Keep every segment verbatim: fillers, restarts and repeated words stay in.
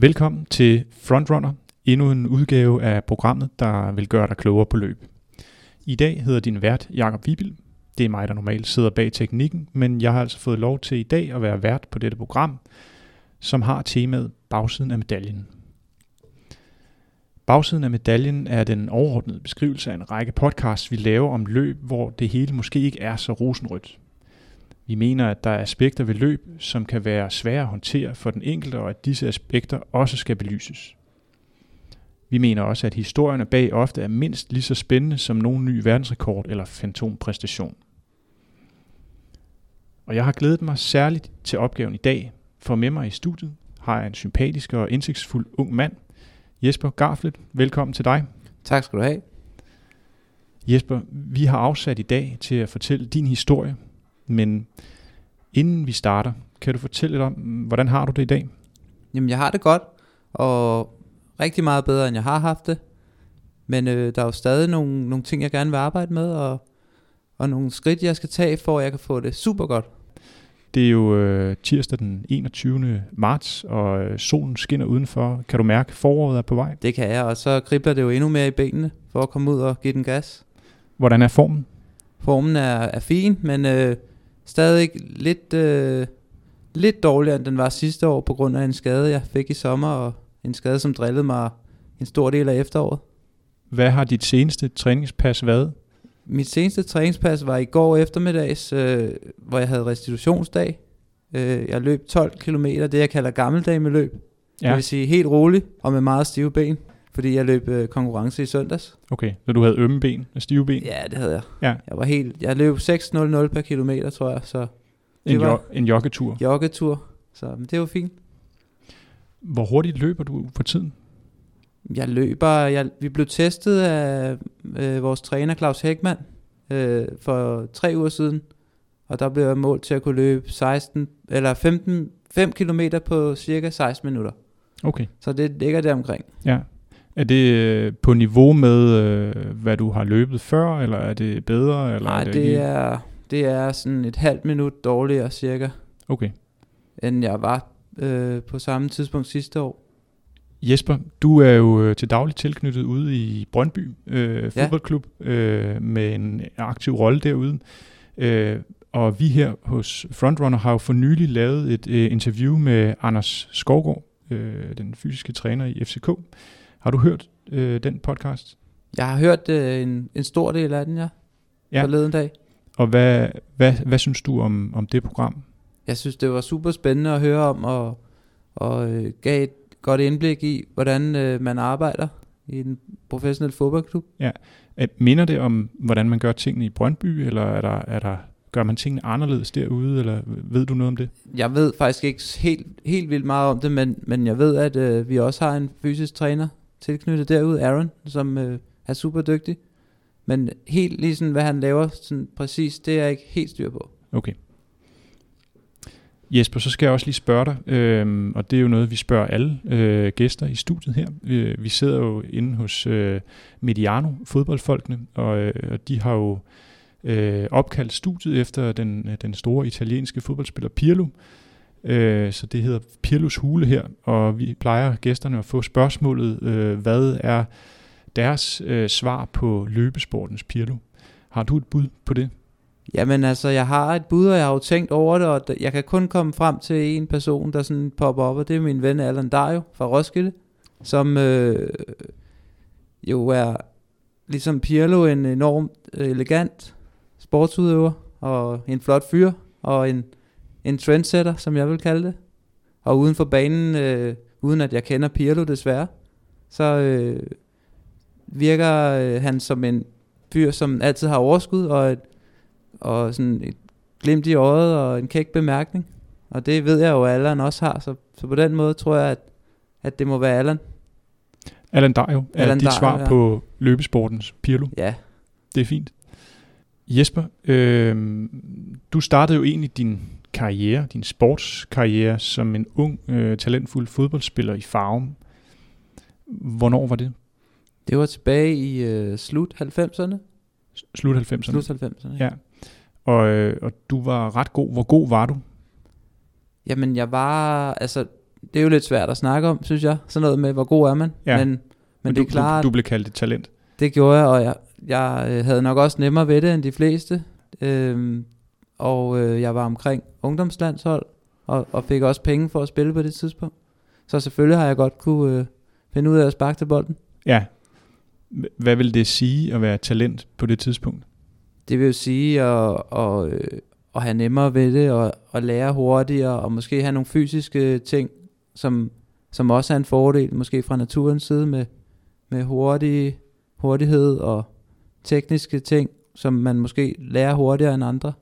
Velkommen til Frontrunner, endnu en udgave af programmet, der vil gøre dig klogere på løb. I dag hedder din vært Jakob Vibild. Det er mig, der normalt sidder bag teknikken, men jeg har altså fået lov til i dag at være vært på dette program, som har temaet bagsiden af medaljen. Bagsiden af medaljen er den overordnede beskrivelse af en række podcasts, vi laver om løb, hvor det hele måske ikke er så rosenrødt. Vi mener, at der er aspekter ved løb, som kan være svære at håndtere for den enkelte, og at disse aspekter også skal belyses. Vi mener også, at historierne bag ofte er mindst lige så spændende som nogen ny verdensrekord eller fantompræstation. Og jeg har glædet mig særligt til opgaven i dag, for med mig i studiet har jeg en sympatisk og indsigtsfuld ung mand, Jesper Garflet. Velkommen til dig. Tak skal du have. Jesper, vi har afsat i dag til at fortælle din historie, men inden vi starter, kan du fortælle lidt om, hvordan har du det i dag? Jamen, jeg har det godt, og rigtig meget bedre, end jeg har haft det. Men øh, der er jo stadig nogle, nogle ting, jeg gerne vil arbejde med, og, og nogle skridt, jeg skal tage, for at jeg kan få det super godt. Det er jo øh, tirsdag den enogtyvende marts, og øh, solen skinner udenfor. Kan du mærke, at foråret er på vej? Det kan jeg, og så kribler det jo endnu mere i benene, for at komme ud og give den gas. Hvordan er formen? Formen er, er fin, men øh, stadig lidt, øh, lidt dårligere, end den var sidste år, på grund af en skade, jeg fik i sommer, og en skade, som drillede mig en stor del af efteråret. Hvad har dit seneste træningspas været? Mit seneste træningspas var i går eftermiddags, øh, hvor jeg havde restitutionsdag. Øh, jeg løb tolv kilometer, det jeg kalder gammeldag med løb. Ja. Det vil sige helt roligt og med meget stive ben, fordi jeg løb øh, konkurrence i søndags. Okay, så du havde ømme ben og stive ben? Ja, det havde jeg. Ja. Jeg var helt, jeg løb seks nul nul per kilometer, tror jeg. Så det en, var jo, en joggetur? Joggetur, så men det var fint. Hvor hurtigt løber du for tiden? Jeg løber, jeg, vi blev testet af øh, vores træner Claus Hækman øh, for tre uger siden, og der blev jeg målt til at kunne løbe seksten eller femten, fem kilometer på cirka seksten minutter. Okay. Så det ligger der omkring. Ja. Er det øh, på niveau med, øh, hvad du har løbet før, eller er det bedre? Eller Nej, er det, det, lige... er, det er sådan et halvt minut dårligere cirka, okay, end jeg var øh, på samme tidspunkt sidste år. Jesper, du er jo til dagligt tilknyttet ude i Brøndby øh, fodboldklub, ja. øh, med en aktiv rolle derude. Øh, og vi her hos Frontrunner har jo for nylig lavet et øh, interview med Anders Skovgaard, øh, den fysiske træner i F C K. Har du hørt øh, den podcast? Jeg har hørt øh, en, en stor del af den, ja, ja. Forleden dag. Og hvad, hvad, hvad synes du om, om det program? Jeg synes, det var super spændende at høre om, og, og øh, gav et godt indblik i, hvordan øh, man arbejder i en professionel fodboldklub. Ja. Minder det om, hvordan man gør tingene i Brøndby, eller er der, er der, gør man tingene anderledes derude, eller ved du noget om det? Jeg ved faktisk ikke helt, helt vildt meget om det, men, men jeg ved, at øh, vi også har en fysisk træner tilknyttet derude, Aaron, som øh, er super dygtig. Men helt lige sådan, hvad han laver sådan præcis, det er jeg ikke helt styr på. Okay. Jesper, så skal jeg også lige spørge dig, øh, og det er jo noget, vi spørger alle øh, gæster i studiet her. Øh, vi sidder jo inde hos øh, Mediano, fodboldfolkene, og, øh, og de har jo øh, opkaldt studiet efter den, den store italienske fodboldspiller Pirlo. Øh, så det hedder Pirlos hule her, og vi plejer gæsterne at få spørgsmålet, øh, hvad er deres øh, svar på løbesportens Pirlo? Har du et bud på det? Jamen altså, jeg har et bud, og jeg har jo tænkt over det, og jeg kan kun komme frem til en person, der sådan popper op, og det er min ven Allan Dario fra Roskilde, som øh, jo er ligesom Pirlo en enormt elegant sportsudøver, og en flot fyr, og en, en trendsetter, som jeg vil kalde det. Og uden for banen, øh, uden at jeg kender Pirlo desværre, så øh, virker øh, han som en fyr, som altid har overskud, og et og sådan et glimt i øjet og en kæk bemærkning. Og det ved jeg jo, at Allan også har. Så, så på den måde tror jeg, at, at det må være Allan. Allan Dario er Allan dit Dario, svar ja. på løbesportens Pirlo. Ja. Det er fint. Jesper, øh, du startede jo egentlig din karriere, din sportskarriere, som en ung, øh, talentfuld fodboldspiller i Farum. Hvornår var det? Det var tilbage i øh, slut halvfemserne. Slut halvfemserne? Slut halvfemserne, ja. Og, øh, og du var ret god. Hvor god var du? Jamen, jeg var, altså, det er jo lidt svært at snakke om, synes jeg. Sådan noget med, hvor god er man. Ja. Men, men, men det er du, klart, du, du blev kaldt et talent. Det gjorde jeg, og jeg, jeg øh, havde nok også nemmere ved det end de fleste. Øhm, og øh, jeg var omkring ungdomslandshold, og, og fik også penge for at spille på det tidspunkt. Så selvfølgelig har jeg godt kunne øh, finde ud af at sparke til bolden. Ja. Hvad vil det sige at være talent på det tidspunkt? Det vil jo sige at, at, øh, at have nemmere ved det, og at lære hurtigere, og måske have nogle fysiske ting, som, som også er en fordel, måske fra naturens side, med, med hurtig, hurtighed og tekniske ting, som man måske lærer hurtigere end andre.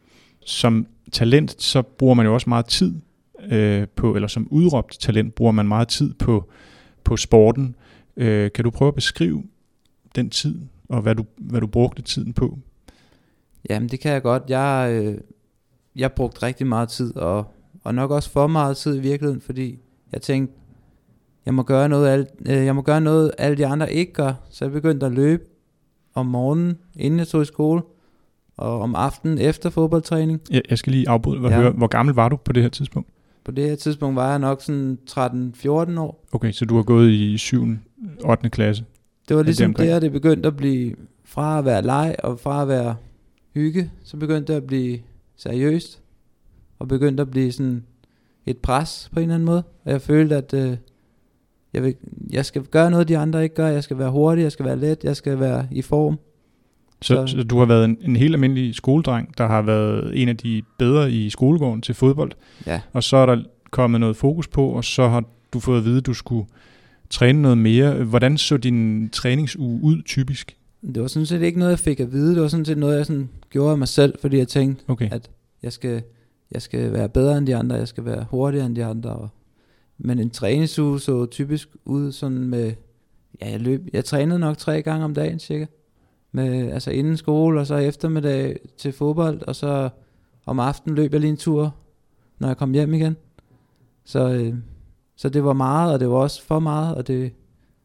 Som talent, så bruger man jo også meget tid øh, på, eller som udråbt talent, bruger man meget tid på, på sporten. Øh, kan du prøve at beskrive den tid, og hvad du, hvad du brugte tiden på? Jamen det kan jeg godt. Jeg, øh, jeg brugte rigtig meget tid, og, og nok også for meget tid i virkeligheden, fordi jeg tænkte, jeg må gøre noget, alt, øh, jeg må gøre noget, alle de andre ikke gør. Så jeg begyndte at løbe om morgenen, inden jeg tog i skole, og om aftenen efter fodboldtræning. Jeg, jeg skal lige afbryde og Ja. høre, hvor gammel var du på det her tidspunkt? På det her tidspunkt var jeg nok sådan tretten fjorten år. Okay, så du har gået i syvende ottende klasse. Det var ligesom omkring? der, det begyndte at blive, fra at være leg og fra at være hygge, så begyndte det at blive seriøst, og begyndte at blive sådan et pres på en eller anden måde. Og jeg følte, at øh, jeg, vil, jeg skal gøre noget, de andre ikke gør. Jeg skal være hurtig, jeg skal være let, jeg skal være i form. Så, så, så du har været en, en helt almindelig skoledreng, der har været en af de bedre i skolegården til fodbold. Ja. Og så er der kommet noget fokus på, og så har du fået at vide, at du skulle træne noget mere. Hvordan så din træningsuge ud typisk? Det var sådan set ikke noget, jeg fik at vide. Det var sådan set noget, jeg sådan gjorde af mig selv, fordi jeg tænkte, Okay. at jeg skal, jeg skal være bedre end de andre, jeg skal være hurtigere end de andre. Og, men en træningsuge så typisk ud sådan med, ja, jeg løb, jeg trænede nok tre gange om dagen cirka. Med, altså inden skole, og så eftermiddag til fodbold, og så om aftenen løb jeg lige en tur, når jeg kom hjem igen. Så, øh, så det var meget, og det var også for meget, og det,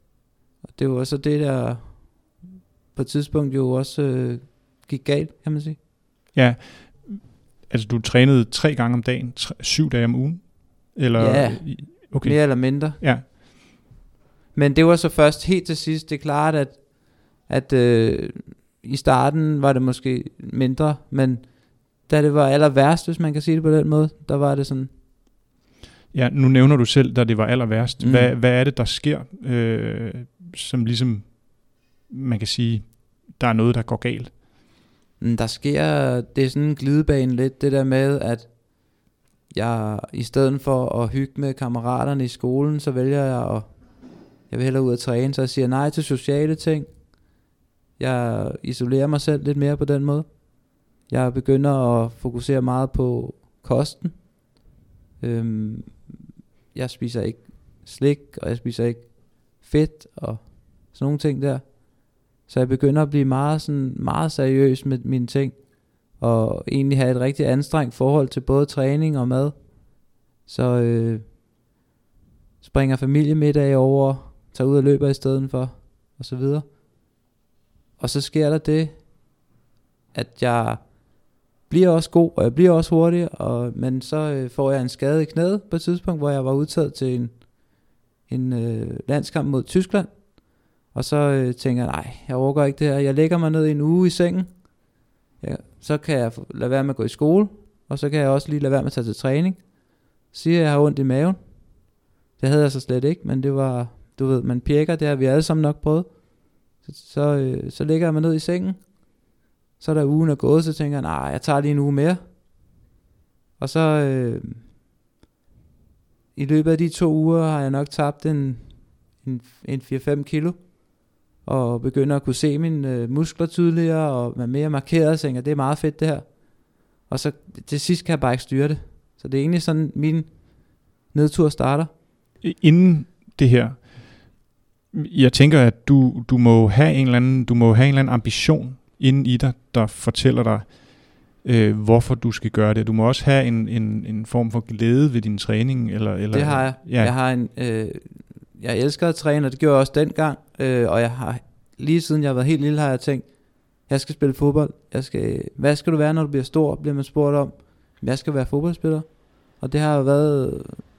og det var så det, der på et tidspunkt jo også øh, gik galt, kan man sige. Ja, altså du trænede tre gange om dagen, tre, syv dage om ugen? Eller, Ja, okay. mere eller mindre. Ja. Men det var så først helt til sidst. Det er klart, at, at øh, i starten var det måske mindre, men da det var aller værst, hvis man kan sige det på den måde, der var det sådan. Ja, nu nævner du selv, da det var aller værst. Mm. Hvad, hvad er det, der sker, øh, som ligesom, man kan sige, der er noget, der går galt? Mm, Der sker, det er sådan en glidebane lidt, det der med, at jeg i stedet for at hygge med kammeraterne i skolen, så vælger jeg at, jeg vil hellere ud at træne, så jeg siger nej til sociale ting. Jeg isolerer mig selv lidt mere på den måde. Jeg begynder at fokusere meget på kosten. Øhm, jeg spiser ikke slik, og jeg spiser ikke fedt og sådan nogle ting der. Så jeg begynder at blive meget, sådan, meget seriøs med mine ting, og egentlig have et rigtig anstrengt forhold til både træning og mad. Så øh, springer familiemiddag over, tager ud og løber i stedet for, og så videre. Og så sker der det, at jeg bliver også god, og jeg bliver også hurtig, og, men så øh, får jeg en skade i knæet på et tidspunkt, hvor jeg var udtaget til en, en øh, landskamp mod Tyskland. Og så øh, tænker jeg, nej, jeg overgår ikke det her. Jeg lægger mig ned i en uge i sengen. Ja, så kan jeg lade være med at gå i skole, og så kan jeg også lige lade være med at tage til træning. Siger jeg har ondt i maven. Det havde jeg så slet ikke, men det var, du ved, man pjekker, det har vi alle sammen nok prøvet. Så, så, øh, så ligger jeg mig ned i sengen. Så da ugen er gået, så tænker jeg, nej, jeg tager lige en uge mere. Og så øh, i løbet af de to uger har jeg nok tabt en, en, en fire fem kilo. Og begynder at kunne se mine øh, muskler tydeligere, og være mere markeret, og tænker, det er meget fedt det her. Og så til sidst kan jeg bare ikke styre det. Så det er egentlig sådan, min nedtur starter. Inden det her, jeg tænker, at du, du må have en eller anden, du må have en eller anden ambition inden i dig, der fortæller dig, øh, hvorfor du skal gøre det. Du må også have en, en, en form for glæde ved din træning. Eller, eller, Det har jeg. Ja. Jeg har en, øh, jeg elsker at træne, og det gjorde jeg også dengang. Øh, og jeg har lige siden jeg har været helt lille, har jeg tænkt, jeg skal spille fodbold. Jeg skal, hvad skal du være, når du bliver stor, bliver man spurgt om. Jeg skal være fodboldspiller. Og det har jo været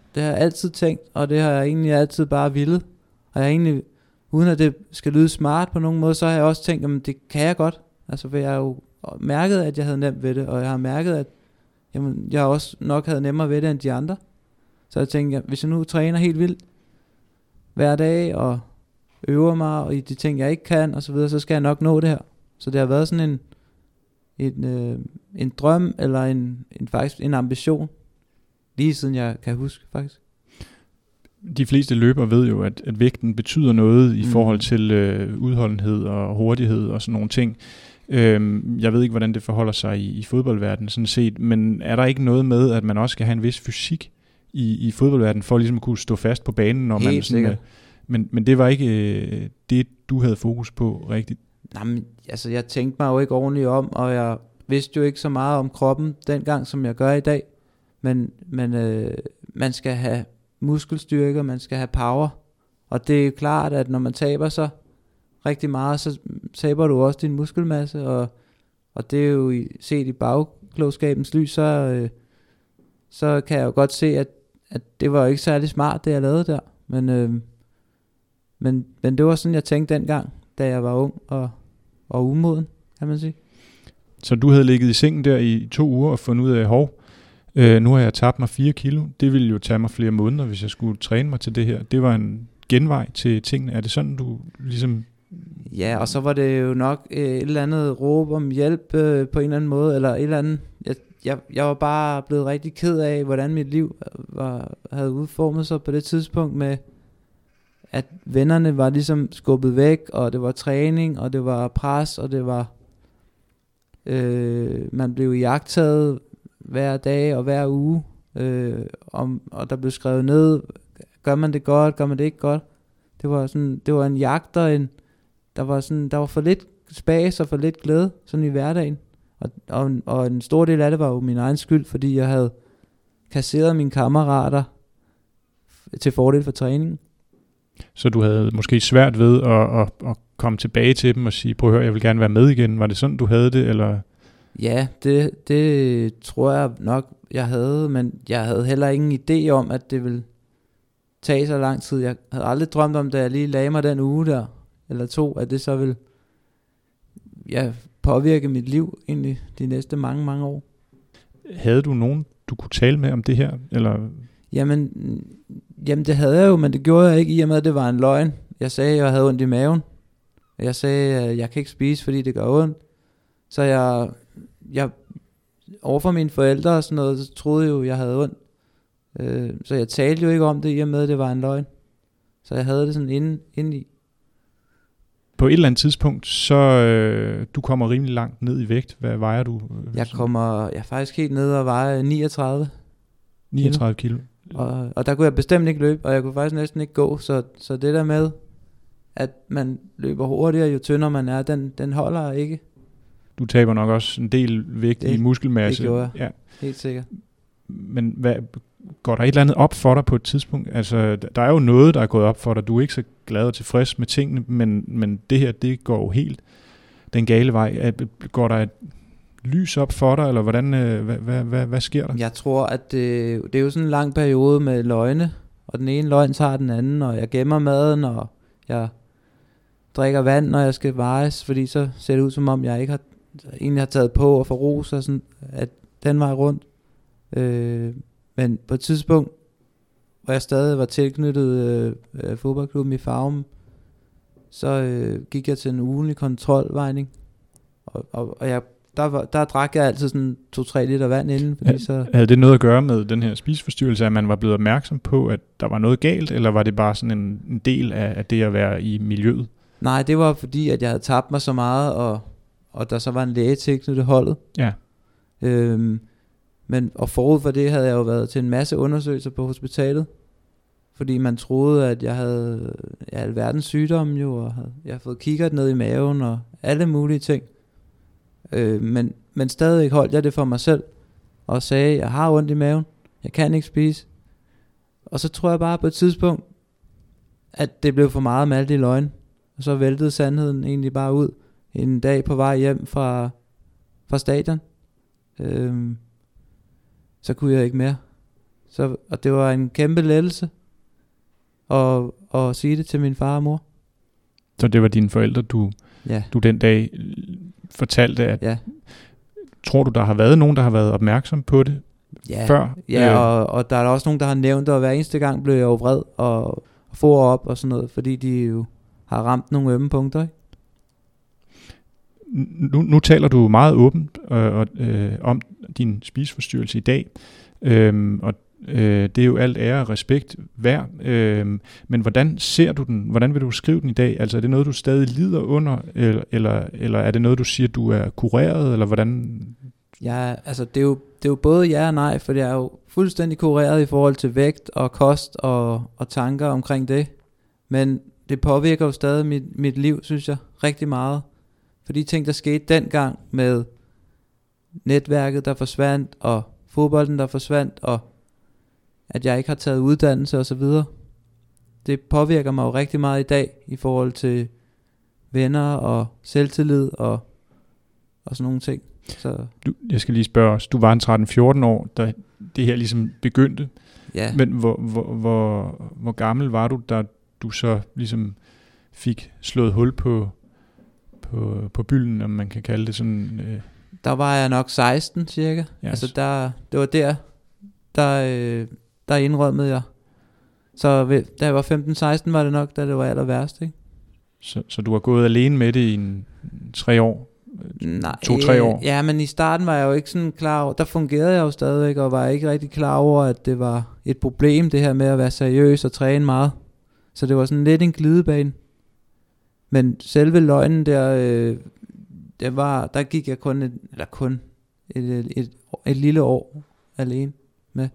det har jeg altid tænkt, og det har jeg egentlig altid bare villet. Og jeg har egentlig, uden at det skal lyde smart på nogen måde, så har jeg også tænkt, at det kan jeg godt. Altså, for jeg har jo mærket, at jeg havde nemt ved det, og jeg har mærket, at jamen, jeg også nok havde nemmere ved det end de andre. Så jeg tænkte, at hvis jeg nu træner helt vildt hver dag, og øver mig, og i de ting, jeg ikke kan, og så videre, så skal jeg nok nå det her. Så det har været sådan en, en, øh, en drøm, eller en, en, faktisk en ambition, lige siden jeg kan huske, faktisk. De fleste løber ved jo, at, at vægten betyder noget i Mm. forhold til øh, udholdenhed og hurtighed og sådan nogle ting. Øhm, jeg ved ikke, hvordan det forholder sig i, i fodboldverdenen sådan set, men er der ikke noget med, at man også skal have en vis fysik i, i fodboldverdenen, for ligesom at kunne stå fast på banen? Når Helt man sådan, sikkert. øh, men, men det var ikke øh, det, du havde fokus på rigtigt? Nej, men, altså jeg tænkte mig jo ikke ordentligt om, og jeg vidste jo ikke så meget om kroppen dengang, som jeg gør i dag. Men, men øh, man skal have muskelstyrke, man skal have power. Og det er jo klart, at når man taber sig rigtig meget, så taber du også din muskelmasse. Og, og det er jo i, set i bagklogskabens lys, så, øh, så kan jeg jo godt se, at, at det var jo ikke særlig smart, det jeg lavede der. Men, øh, men, men det var sådan, jeg tænkte dengang, da jeg var ung og, og umoden, kan man sige. Så du havde ligget i sengen der i to uger og fundet ud af, hov, øh, nu har jeg tabt mig fire kilo. Det ville jo tage mig flere måneder, hvis jeg skulle træne mig til det her. Det var en genvej til tingene. Er det sådan, du ligesom... Ja, og så var det jo nok øh, et eller andet råb om hjælp øh, på en eller anden måde, eller et eller andet. Jeg, jeg, jeg var bare blevet rigtig ked af, hvordan mit liv var, havde udformet sig på det tidspunkt med, at vennerne var ligesom skubbet væk, og det var træning, og det var pres, og det var... Øh, man blev iagttaget hver dag og hver uge, øh, om, og der blev skrevet ned, gør man det godt, gør man det ikke godt. Det var sådan, det var en jagt, og en, der var sådan, der var for lidt spas og for lidt glæde sådan i hverdagen. Og, og, og en stor del af det var jo min egen skyld, fordi jeg havde kasseret mine kammerater til fordel for træningen. Så du havde måske svært ved at, at, at komme tilbage til dem og sige, prøv at høre, jeg vil gerne være med igen. Var det sådan, du havde det, eller... Ja, det, det tror jeg nok, jeg havde, men jeg havde heller ingen idé om, at det ville tage så lang tid. Jeg havde aldrig drømt om, da jeg lige lagde mig den uge der, eller to, at det så ville ja, påvirke mit liv egentlig de næste mange, mange år. Havde du nogen, du kunne tale med om det her, eller... Jamen, jamen det havde jeg jo, men det gjorde jeg ikke, i og med at det var en løgn. Jeg sagde, at jeg havde ondt i maven. Jeg sagde, at jeg kan ikke spise, fordi det gør ondt. Så jeg, jeg overfor mine forældre og sådan noget, så troede jeg jo, jeg havde ondt. Øh, så jeg talte jo ikke om det, i og med at det var en løgn. Så jeg havde det sådan inde, inde i. På et eller andet tidspunkt, så øh, du kommer rimelig langt ned i vægt. Hvad vejer du? Jeg kommer, jeg er faktisk helt nede og vejer niogtredive. niogtredive kilo. Og, og der kunne jeg bestemt ikke løbe, og jeg kunne faktisk næsten ikke gå. Så, så det der med, at man løber hurtigere, jo tyndere man er, den, den holder ikke. Du taber nok også en del vægt Det- i muskelmasse. det gjorde jeg. Ja. Helt sikkert. Men hvad, går der et eller andet op for dig på et tidspunkt? Altså, der er jo noget, der er gået op for dig. Du er ikke så glad og tilfreds med tingene, men, men det her, det går jo helt den gale vej. At, går der et lys op for dig, eller hvordan, øh, hvad, hvad, hvad, hvad sker der? Jeg tror, at det, det er jo sådan en lang periode med løgne, og den ene løgn tager den anden, og jeg gemmer maden, og jeg drikker vand, når jeg skal vejes, fordi så ser det ud som om, jeg ikke har, egentlig har taget på og får ros, og sådan, at den vej rundt. Øh, men på et tidspunkt, hvor jeg stadig var tilknyttet øh, øh, fodboldklubben i Farum, så øh, gik jeg til en ugentlig kontrolvejning, og, og, og jeg, der, var, der drak jeg altid sådan to-tre liter vand inden, fordi Ja. så... Havde det noget at gøre med den her spiseforstyrrelse, at man var blevet opmærksom på, at der var noget galt, eller var det bare sådan en, en del af, af det at være i miljøet? Nej, det var fordi, at jeg havde tabt mig så meget, og, og der så var en læge tilknyttet holdet. Ja. Øhm, men, og forud for det havde jeg jo været til en masse undersøgelser på hospitalet, fordi man troede, at jeg havde ja, alverdens sygdomme jo, og havde, jeg havde fået kikkert ned i maven, og alle mulige ting. Øh, men, men stadig holdt jeg det for mig selv, og sagde, jeg har ondt i maven, jeg kan ikke spise. Og så tror jeg bare på et tidspunkt, at det blev for meget med alle de løgne. Og så væltede sandheden egentlig bare ud en dag på vej hjem fra, fra stadion. Øhm, så kunne jeg ikke mere. Så, og det var en kæmpe lettelse at, at sige det til min far og mor. Så det var dine forældre, du, Ja. du den dag fortalte, at Ja. tror du, der har været nogen, der har været opmærksom på det Ja, før? ja Øh, og, og der er også nogen, der har nævnt det, og hver eneste gang blev jeg jo vred og, og for op og sådan noget, fordi de jo har ramt nogle ømme punkter, ikke? Nu, nu taler du meget åbent øh, og, øh, om din spiseforstyrrelse i dag, øhm, og øh, det er jo alt ære og respekt værd, øhm, men hvordan ser du den? Hvordan vil du skrive den i dag? Altså er det noget, du stadig lider under, eller, eller, eller er det noget, du siger, du er kureret, eller hvordan? Ja, altså det er, jo, det er jo både ja og nej, for jeg er jo fuldstændig kureret i forhold til vægt og kost og, og tanker omkring det, men det påvirker jo stadig mit, mit liv, synes jeg, rigtig meget. For de ting, der skete dengang med netværket, der forsvandt, og fodbolden, der forsvandt, og at jeg ikke har taget uddannelse og så videre, det påvirker mig jo rigtig meget i dag i forhold til venner og selvtillid og, og sådan nogle ting. Så Du, jeg skal lige spørge os, du var en tretten fjorten år, da det her ligesom begyndte, ja, men hvor, hvor, hvor, hvor gammel var du, da du så ligesom fik slået hul på, på, på bylden, om man kan kalde det sådan? Øh. der var jeg nok seksten cirka. Ja, Altså der, det var der, der, øh, der indrømmede jeg. Så ved, da jeg var femten seksten var det nok, da det var aller værst, ikke? Så, så du har gået alene med det i en, tre år? Nej, To-tre år? øh, Ja, men i starten var jeg jo ikke sådan klar over, der fungerede jeg jo stadigvæk, og var ikke rigtig klar over, at det var et problem, det her med at være seriøs og træne meget. Så det var sådan lidt en glidebane. Men selve løgnen der, øh, det var, der gik jeg kun et, eller kun et, et, et, et lille år alene med.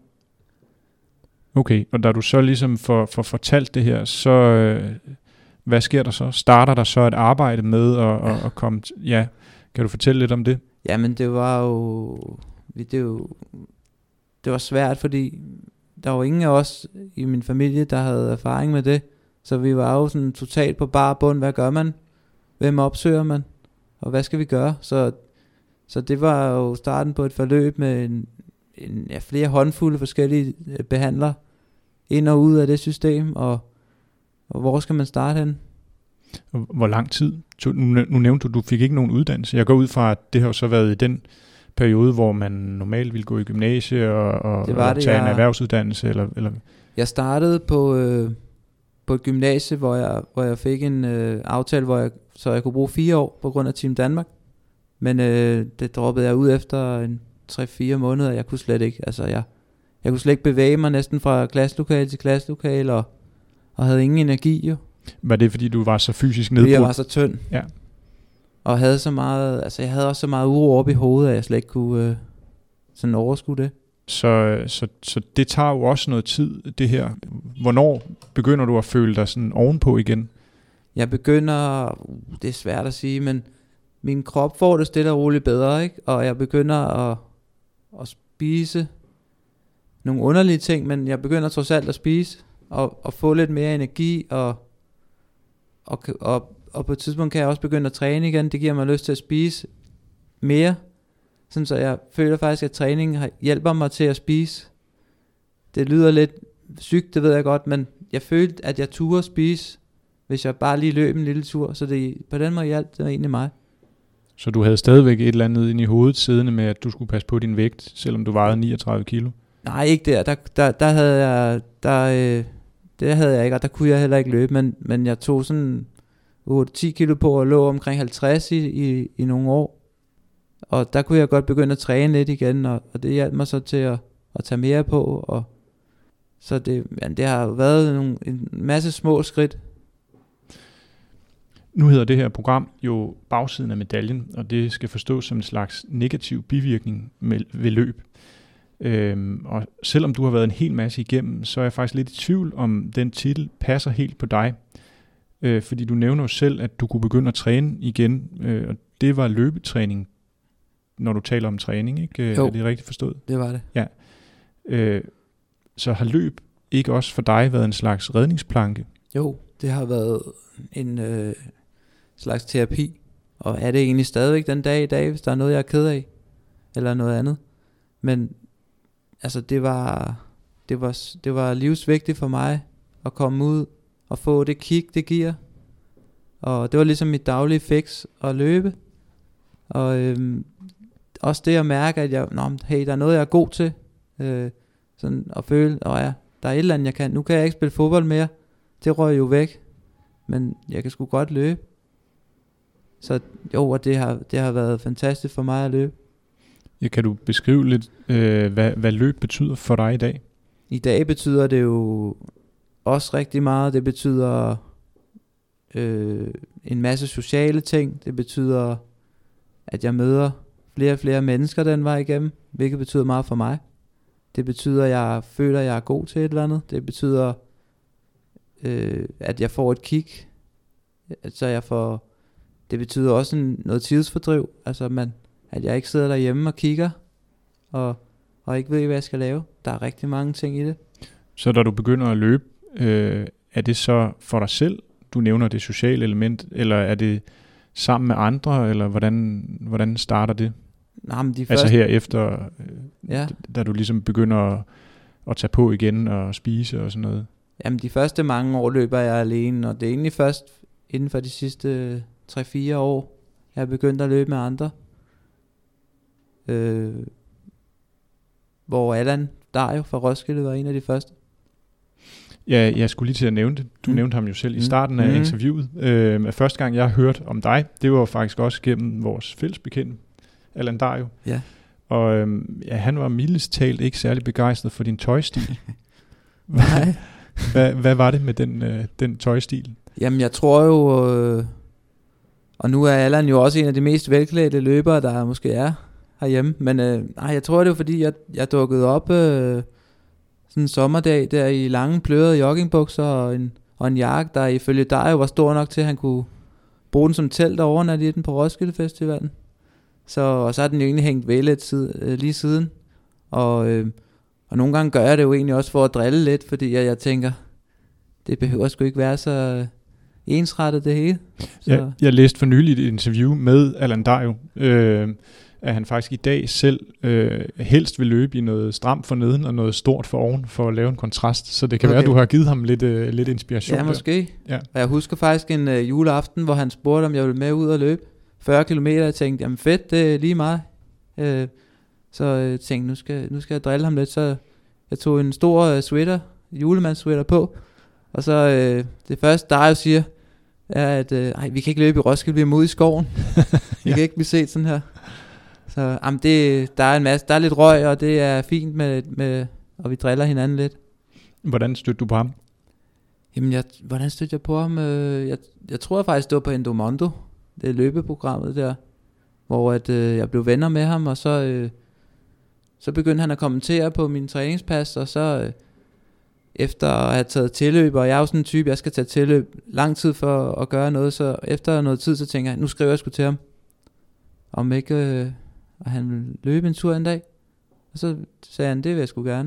Okay, og da du så ligesom får, får fortalt det her, så øh, hvad sker der så? Starter der så et arbejde med at, ja. at, at komme t- ja, kan du fortælle lidt om det? Jamen det var jo, det, jo, det var svært, fordi der var ingen af os i min familie, der havde erfaring med det. Så vi var jo sådan totalt på bar bund. Hvad gør man? Hvem opsøger man? Og hvad skal vi gøre? Så, så det var jo starten på et forløb med en, en, ja, flere håndfulde forskellige behandlere ind og ud af det system. Og, og hvor skal man starte hen? Hvor lang tid? Nu, nu nævnte du, du fik ikke nogen uddannelse. Jeg går ud fra, at det har jo så været i den periode, hvor man normalt ville gå i gymnasie og, og, det var og det, tage en jeg, erhvervsuddannelse. Eller, eller? Jeg startede på, øh, på et gymnasie, hvor jeg, hvor jeg fik en øh, aftale, hvor jeg, så jeg kunne bruge fire år på grund af Team Danmark. Men øh, det droppede jeg ud efter en tre-fire måneder. Jeg kunne slet ikke, altså jeg, jeg kunne slet ikke bevæge mig næsten fra klasselokale til klasselokale, og, og havde ingen energi jo. Var det fordi du var så fysisk nedbrudt? Fordi jeg var så tynd. Ja. Og havde så meget, altså jeg havde også så meget uro oppe i hovedet, at jeg slet ikke kunne øh, sådan overskue det. Så, så, så det tager jo også noget tid, det her. Hvornår begynder du at føle dig sådan ovenpå igen? Jeg begynder, uh, det er svært at sige, men min krop får det stille og roligt bedre, ikke? Og jeg begynder at, at spise nogle underlige ting, men jeg begynder trods alt at spise, og, og få lidt mere energi, og, og, og, og på et tidspunkt kan jeg også begynde at træne igen. Det giver mig lyst til at spise mere, sådan så jeg føler faktisk, at træningen hjælper mig til at spise. Det lyder lidt sygt, det ved jeg godt, men jeg følte, at jeg turde spise, hvis jeg bare lige løb en lille tur. Så det, på den måde hjalp det egentlig mig. Så du havde stadigvæk et eller andet inde i hovedet siddende med, at du skulle passe på din vægt, selvom du vejede niogtredive kilo? Nej, ikke der. Der, der, der havde jeg, der, øh, det havde jeg ikke, og der kunne jeg heller ikke løbe. Men, men jeg tog sådan otte til ti kilo på og lå omkring halvtreds i, i, i nogle år. Og der kunne jeg godt begynde at træne lidt igen, og, og det hjalp mig så til at, at tage mere på. Og så det, ja, det har været nogle, en masse små skridt. Nu hedder det her program jo bagsiden af medaljen, og det skal forstås som en slags negativ bivirkning med, ved løb. Øhm, og selvom du har været en hel masse igennem, så er jeg faktisk lidt i tvivl om den titel passer helt på dig. Øh, fordi du nævner jo selv, at du kunne begynde at træne igen, øh, og det var løbetræning, når du taler om træning, ikke? Jo. Er det rigtigt forstået? Det var det. Ja. Øh, så har løb ikke også for dig været en slags redningsplanke? Jo, det har været en øh, slags terapi, og er det egentlig stadigvæk den dag i dag, hvis der er noget, jeg er ked af, eller noget andet. Men altså det var, det var, det var livsvigtigt for mig at komme ud og få det kick, det giver. Og det var ligesom mit daglige fix at løbe. Og øhm, også det at mærke, at jeg, nå, hey, der er noget, jeg er god til. Øh, sådan at føle, åh ja, der er et eller andet, jeg kan. Nu kan jeg ikke spille fodbold mere. Det røg jo væk. Men jeg kan sgu godt løbe. Så jo, og det har, det har været fantastisk for mig at løbe. Ja, kan du beskrive lidt, øh, hvad, hvad løb betyder for dig i dag? I dag betyder det jo også rigtig meget. Det betyder øh, en masse sociale ting. Det betyder, at jeg møder flere og flere mennesker den vej igennem, hvilket betyder meget for mig. Det betyder, at jeg føler, at jeg er god til et eller andet. Det betyder, øh, at jeg får et kick. Så jeg får... Det betyder også en, noget tidsfordriv. Altså, man, at jeg ikke sidder derhjemme og kigger, og, og ikke ved, hvad jeg skal lave. Der er rigtig mange ting i det. Så da du begynder at løbe, øh, er det så for dig selv, du nævner det sociale element, eller er det sammen med andre, eller hvordan, hvordan starter det? Nå, men de altså første... her efter, øh, ja. da du ligesom begynder at, at tage på igen og spise og sådan noget? Jamen de første mange år løber jeg alene, og det er egentlig først inden for de sidste tre fire år, jeg er begyndt at løbe med andre. Øh, hvor Allan Dario fra Roskilde var en af de første. Ja, jeg skulle lige til at nævne det. Du mm. nævnte ham jo selv i starten af mm. interviewet. Øh, første gang jeg hørte om dig, det var faktisk også gennem vores fælles bekendte, Allan Dario. Ja. Og øh, ja, han var mildest talt ikke særlig begejstret for din tøjstil. Nej. hvad, hvad var det med den, øh, den tøjstil? Jamen jeg tror jo, øh, og nu er Allan jo også en af de mest velklædte løbere, der måske er herhjemme. Men øh, nej, jeg tror det var fordi, jeg, jeg dukkede op øh, sådan en sommerdag der i lange plørede joggingbukser og en, og en jakke, der ifølge dig jo var stor nok til, at han kunne bruge den som telt og overnatte i den på Roskilde Festivalen. Så, og så har den jo egentlig hængt ved lidt sid, øh, lige siden. Og, øh, og nogle gange gør jeg det jo egentlig også for at drille lidt, fordi jeg, jeg tænker, det behøver sgu ikke være så ensrettet det hele. Så. Jeg, jeg læste for nylig et interview med Allan Dario, øh, at han faktisk i dag selv øh, helst vil løbe i noget stramt for neden og noget stort for oven, for at lave en kontrast. Så det kan okay. være, at du har givet ham lidt, øh, lidt inspiration. Ja, måske. Ja. Og jeg husker faktisk en øh, juleaften, hvor han spurgte, om jeg ville med ud og løbe fyrre kilometer. Jeg tænkte, jamen fedt, det er lige meget. Øh, så jeg tænkte, nu skal, nu skal jeg drille ham lidt. Så jeg tog en stor øh, sweater, julemandssweater på. Og så øh, det første, der jo siger, er, at øh, ej, vi kan ikke løbe i Roskilde, vi er ude i skoven. Vi ja. kan ikke blive set sådan her. Så jamen det, der er en masse, der er lidt røg, og det er fint med, med og vi driller hinanden lidt. Hvordan stødte du på ham? Jamen, jeg, hvordan stødte jeg på ham? Øh, jeg, jeg tror faktisk, det var på Endomondo, det løbeprogrammet der, hvor at, øh, jeg blev venner med ham, og så, øh, så begyndte han at kommentere på min træningspas, og så øh, efter at have taget tilløb, og jeg er jo sådan en type, jeg skal tage tilløb lang tid for at gøre noget, så efter noget tid, så tænker jeg, nu skriver jeg sgu til ham, om ikke øh, og han ville løbe en tur en dag, og så sagde han, det vil jeg sgu gerne,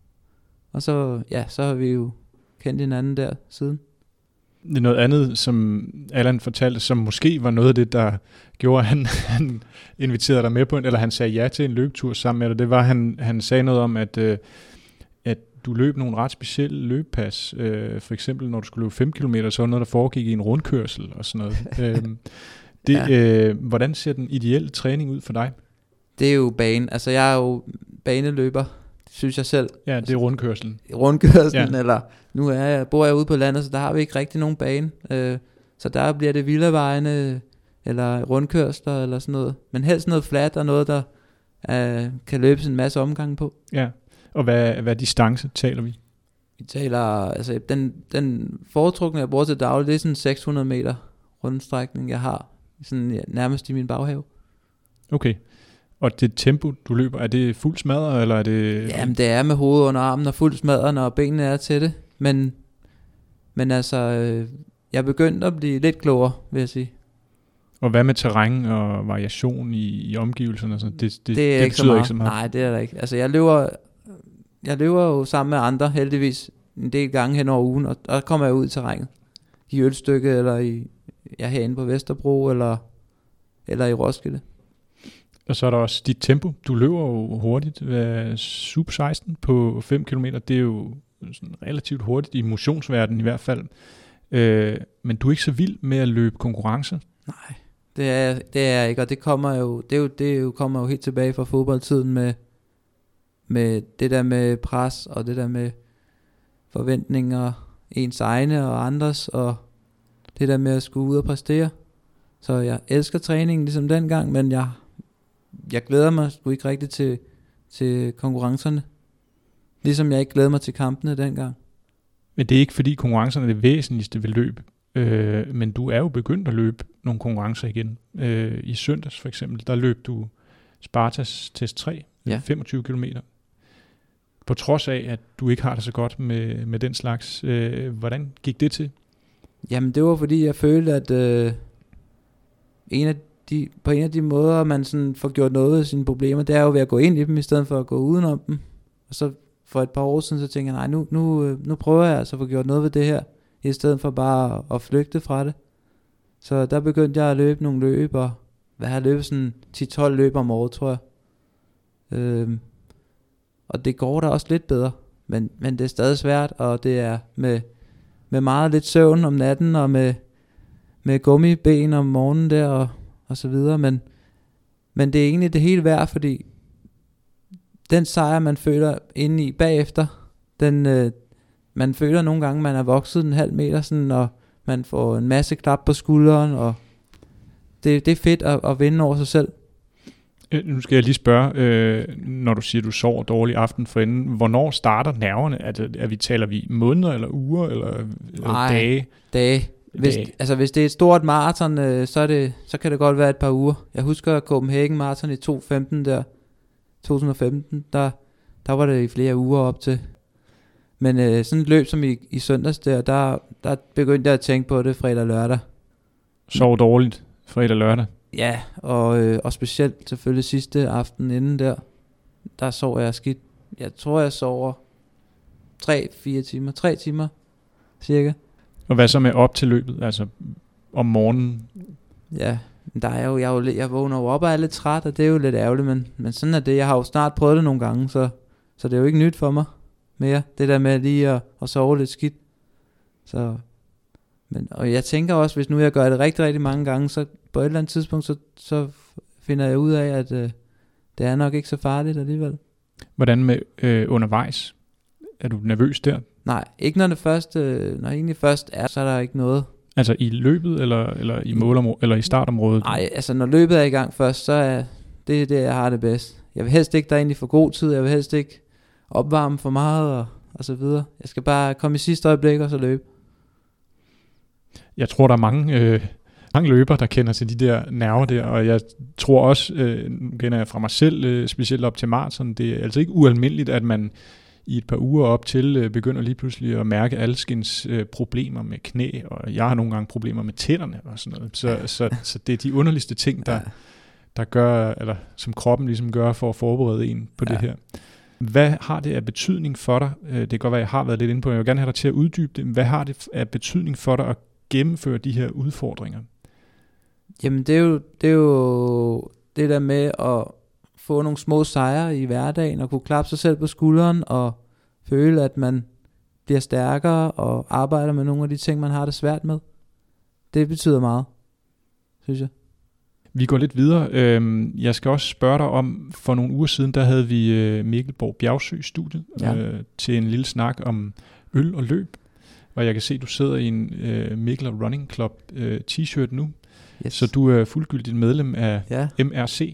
og så, ja, så har vi jo kendt hinanden der siden. Det er noget andet, som Allan fortalte, som måske var noget af det, der gjorde, at han, han inviterede dig med på en, eller han sagde ja til en løbetur sammen med dig. Det var, at han, han sagde noget om, at, øh, at du løb nogle ret specielle løbepas. Øh, for eksempel, når du skulle løbe fem kilometer, så var noget, der foregik i en rundkørsel og sådan noget. øh, det, ja. øh, hvordan ser den ideelle træning ud for dig? Det er jo bane. Altså, jeg er jo baneløber, synes jeg selv. Ja, det er rundkørselen. Rundkørselen, ja. Eller nu er jeg, bor jeg ude på landet, så der har vi ikke rigtig nogen bane. Øh, så der bliver det villavejene, eller rundkørsler, eller sådan noget. Men helst noget flat, og noget, der øh, kan løbes en masse omgange på. Ja, og hvad, hvad distance taler vi? Vi taler, altså den, den foretrukne, jeg bruger til daglig, det er sådan seks hundrede meter rundstrækning, jeg har, sådan ja, nærmest i min baghave. Okay. Og det tempo, du løber, er det fuld smadret, eller er det... Jamen, det er med hovedet under armen og fuld smadret, når benene er til det. Men, men altså, øh, jeg er begyndt at blive lidt klogere, vil jeg sige. Og hvad med terræn og variation i, i omgivelserne? Altså, det, det, det, er det ikke betyder så ikke så meget? Nej, det er der ikke. Altså, jeg løber, jeg løber jo sammen med andre, heldigvis, en del gange hen over ugen, og der kommer jeg ud i terrænet. I Ølstykke, eller i, ja, herinde på Vesterbro, eller, eller i Roskilde. Og så er der også dit tempo. Du løber jo hurtigt. sub seksten på fem kilometer, det er jo sådan relativt hurtigt i motionsverdenen i hvert fald. Øh, men du er ikke så vild med at løbe konkurrencer? Nej, det er, det er ikke, og det kommer jo, det er jo, det er jo, kommer jo helt tilbage fra fodboldtiden med, med det der med pres, og det der med forventninger, ens egne og andres, og det der med at skulle ud og præstere. Så jeg elsker træningen ligesom dengang, men jeg, jeg glæder mig sgu ikke rigtigt til, til konkurrencerne. Ligesom jeg ikke glæder mig til kampene dengang. Men det er ikke fordi konkurrencerne er det væsentligste ved løb. Øh, men du er jo begyndt at løbe nogle konkurrencer igen. Øh, I søndags for eksempel, der løb du Spartas Test tre, ja. femogtyve kilometer. På trods af, at du ikke har det så godt med, med den slags. Øh, hvordan gik det til? Jamen det var fordi, jeg følte, at øh, en af de, på en af de måder, man sådan får gjort noget af sine problemer, det er jo ved at gå ind i dem, i stedet for at gå udenom dem. Og så for et par år siden, så tænkte jeg, nej, nu, nu, nu prøver jeg altså at få gjort noget ved det her, i stedet for bare at flygte fra det. Så der begyndte jeg at løbe nogle løb, og hvad har jeg løbet sådan ti tolv løb om året, tror jeg. Øhm, og det går da også lidt bedre, men, men det er stadig svært, og det er med, med meget lidt søvn om natten, og med, med gummiben om morgenen der, og, og så videre, men, men det er egentlig det hele værd, fordi den sejr, man føler inde i bagefter, den, øh, man føler nogle gange, man er vokset en halv meter, sådan, og man får en masse klap på skulderen, og det, det er fedt at, at vinde over sig selv. Nu skal jeg lige spørge, øh, når du siger, at du sover dårligt aften forinden, hvornår starter nerverne? Er, det, er vi, taler vi måneder, eller uger, eller, eller Nej, dage? dage. Hvis, dage. Altså hvis det er et stort maraton, øh, så, er det, så kan det godt være et par uger. Jeg husker Copenhagen Marathon i to tusind og femten der, to tusind og femten, der, der var det i flere uger op til. Men øh, sådan et løb som i, i søndags der, der, der begyndte jeg at tænke på det fredag og lørdag. Sov dårligt fredag og lørdag? Ja, og, øh, og specielt selvfølgelig sidste aften inden der, der sov jeg skidt. Jeg tror jeg sover tre fire timer, tre timer cirka. Og hvad så med op til løbet, altså om morgenen? Ja, der er jo, jeg, er jo, jeg vågner jo op og er lidt træt, og det er jo lidt ærgerligt, men, men sådan er det. Jeg har jo snart prøvet det nogle gange, så, så det er jo ikke nyt for mig mere, det der med lige at, at sove lidt skidt. Så, men, og jeg tænker også, hvis nu jeg gør det rigtig, rigtig mange gange, så på et eller andet tidspunkt, så, så finder jeg ud af, at øh, det er nok ikke så farligt alligevel. Hvordan med øh, undervejs? Er du nervøs der? Nej, ikke når det først, øh, når det egentlig først er, så er der ikke noget. Altså i løbet, eller, eller i målområdet, eller i startområdet? Nej, altså når løbet er i gang først, så er det det, jeg har det bedst. Jeg vil helst ikke derind i for god tid, jeg vil helst ikke opvarme for meget, og, og så videre. Jeg skal bare komme i sidste øjeblik, og så løbe. Jeg tror, der er mange, øh, mange løbere, der kender til de der nerver der, og jeg tror også, øh, nu kender jeg fra mig selv, øh, specielt op til maraton, det er altså ikke ualmindeligt, at man i et par uger op til øh, begynder lige pludselig at mærke alskens øh, problemer med knæ, og jeg har nogle gange problemer med tænderne og sådan noget. Så, ja. så, så det er de underligste ting, der, ja. der gør, eller som kroppen ligesom gør for at forberede en på ja. det her. Hvad har det af betydning for dig? Det kan godt være, jeg har været lidt inde på, jeg vil gerne have dig til at uddybe det. Hvad har det af betydning for dig at gennemføre de her udfordringer? Jamen det er jo det, er jo det der med at få nogle små sejre i hverdagen, og kunne klappe sig selv på skulderen, og føle, at man bliver stærkere, og arbejder med nogle af de ting, man har det svært med. Det betyder meget, synes jeg. Vi går lidt videre. Jeg skal også spørge dig om, for nogle uger siden, der havde vi Mikkel Borg Bjergsø i studiet, ja. øh, til en lille snak om øl og løb. Og jeg kan se, at du sidder i en øh, Mikkel Running Club øh, t-shirt nu. Yes. Så du er fuldgyldigt medlem af ja. M R C.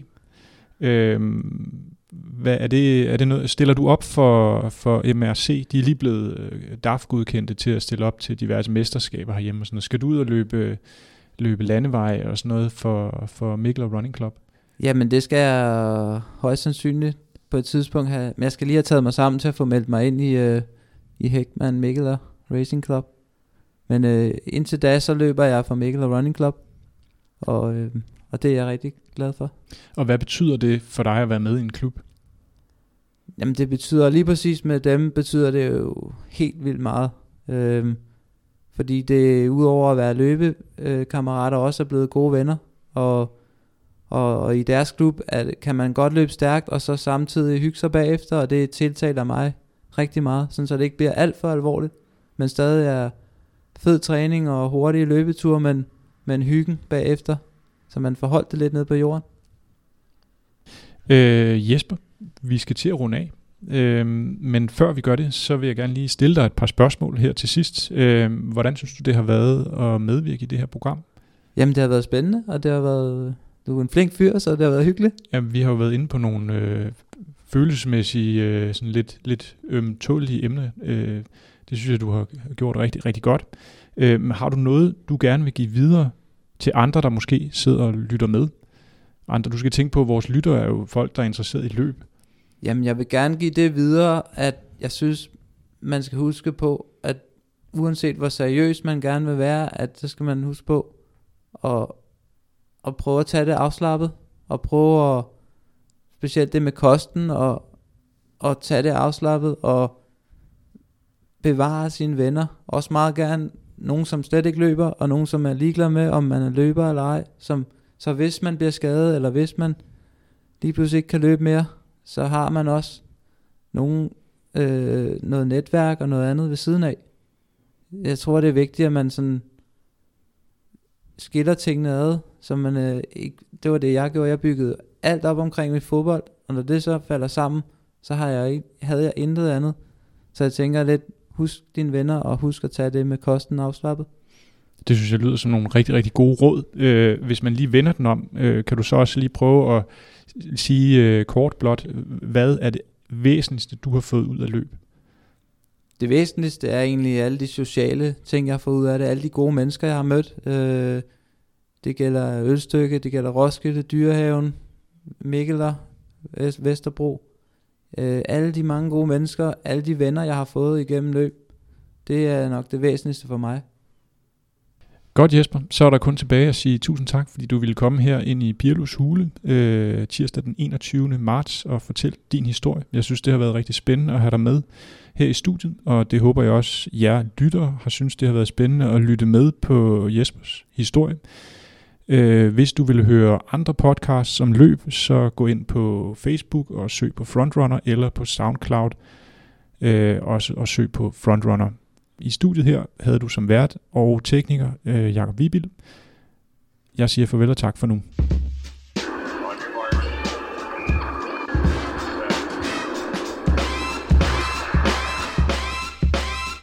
Øhm, hvad er det, er det noget, stiller du op for, for M R C? De er lige blevet øh, D A F-godkendte til at stille op til diverse mesterskaber herhjemme. Og sådan noget. Skal du ud og løbe... løbe landeveje og sådan noget for, for Mikkel Running Club? Jamen det skal jeg højst sandsynligt på et tidspunkt have, men jeg skal lige have taget mig sammen til at få meldt mig ind i, uh, i Heckman Mikkel Racing Club. Men uh, indtil da, så løber jeg for Mikkel Running Club, og, uh, og det er jeg rigtig glad for. Og hvad betyder det for dig at være med i en klub? Jamen det betyder lige præcis med dem, betyder det jo helt vildt meget. Uh, Fordi det udover at være løbekammerater også er blevet gode venner, og, Og, og i deres klub er, kan man godt løbe stærkt, og så samtidig hygge sig bagefter, og det tiltaler mig rigtig meget, sådan så det ikke bliver alt for alvorligt, men stadig er fed træning og hurtige løbeture, men, men hyggen bagefter, så man får holdt det lidt ned på jorden. Øh, Jesper, vi skal til at runde af, øh, men før vi gør det, så vil jeg gerne lige stille dig et par spørgsmål her til sidst. Øh, hvordan synes du, det har været at medvirke i det her program? Jamen, det har været spændende, og det har været... Du er en flink fyr, så det har været hyggeligt. Jamen, vi har jo været inde på nogle øh, følelsesmæssige, øh, sådan lidt, lidt ømtålige emner. Øh, det synes jeg, du har gjort rigtig, rigtig godt. Øh, har du noget, du gerne vil give videre til andre, der måske sidder og lytter med? Andre, du skal tænke på, at vores lyttere er jo folk, der er interesseret i løb. Jamen, jeg vil gerne give det videre, at jeg synes, man skal huske på, at uanset hvor seriøs man gerne vil være, at så skal man huske på at, at prøve at tage det afslappet, og prøve at, specielt det med kosten, og, og tage det afslappet, og bevare sine venner. Også meget gerne nogen, som slet ikke løber, og nogen, som er ligeglade med, om man er løber eller ej. Som, så hvis man bliver skadet, eller hvis man lige pludselig ikke kan løbe mere, så har man også nogen, øh, noget netværk og noget andet ved siden af. Jeg tror, det er vigtigt, at man sådan skiller tingene ad, så man øh, ikke, det var det, jeg gjorde. Jeg byggede alt op omkring mit fodbold, og når det så falder sammen, så har jeg ikke, havde jeg intet andet. Så jeg tænker lidt, husk dine venner, og husk at tage det med kosten afslappet. Det synes jeg lyder som nogle rigtig, rigtig gode råd. Øh, hvis man lige vender den om, øh, kan du så også lige prøve at sige øh, kort blot, hvad er det væsentligste, du har fået ud af løb? Det væsentligste er egentlig alle de sociale ting, jeg har fået ud af det. Alle de gode mennesker, jeg har mødt. Øh, det gælder Ølstykke, det gælder Roskilde, Dyrehaven, Mikkeler, Vesterbro. Øh, alle de mange gode mennesker, alle de venner, jeg har fået igennem løb. Det er nok det væsentligste for mig. Godt, Jesper. Så er der kun tilbage at sige tusind tak, fordi du ville komme her ind i Pirlos Hule øh, tirsdag den enogtyvende marts og fortælle din historie. Jeg synes, det har været rigtig spændende at have dig med her i studiet, og det håber jeg også, jer lyttere har synes, det har været spændende at lytte med på Jespers historie. Øh, hvis du vil høre andre podcasts om løb, så gå ind på Facebook og søg på Frontrunner, eller på SoundCloud øh, også, og søg på Frontrunner. I studiet her havde du som vært og tekniker øh, Jakob Vibild. Jeg siger farvel og tak for nu.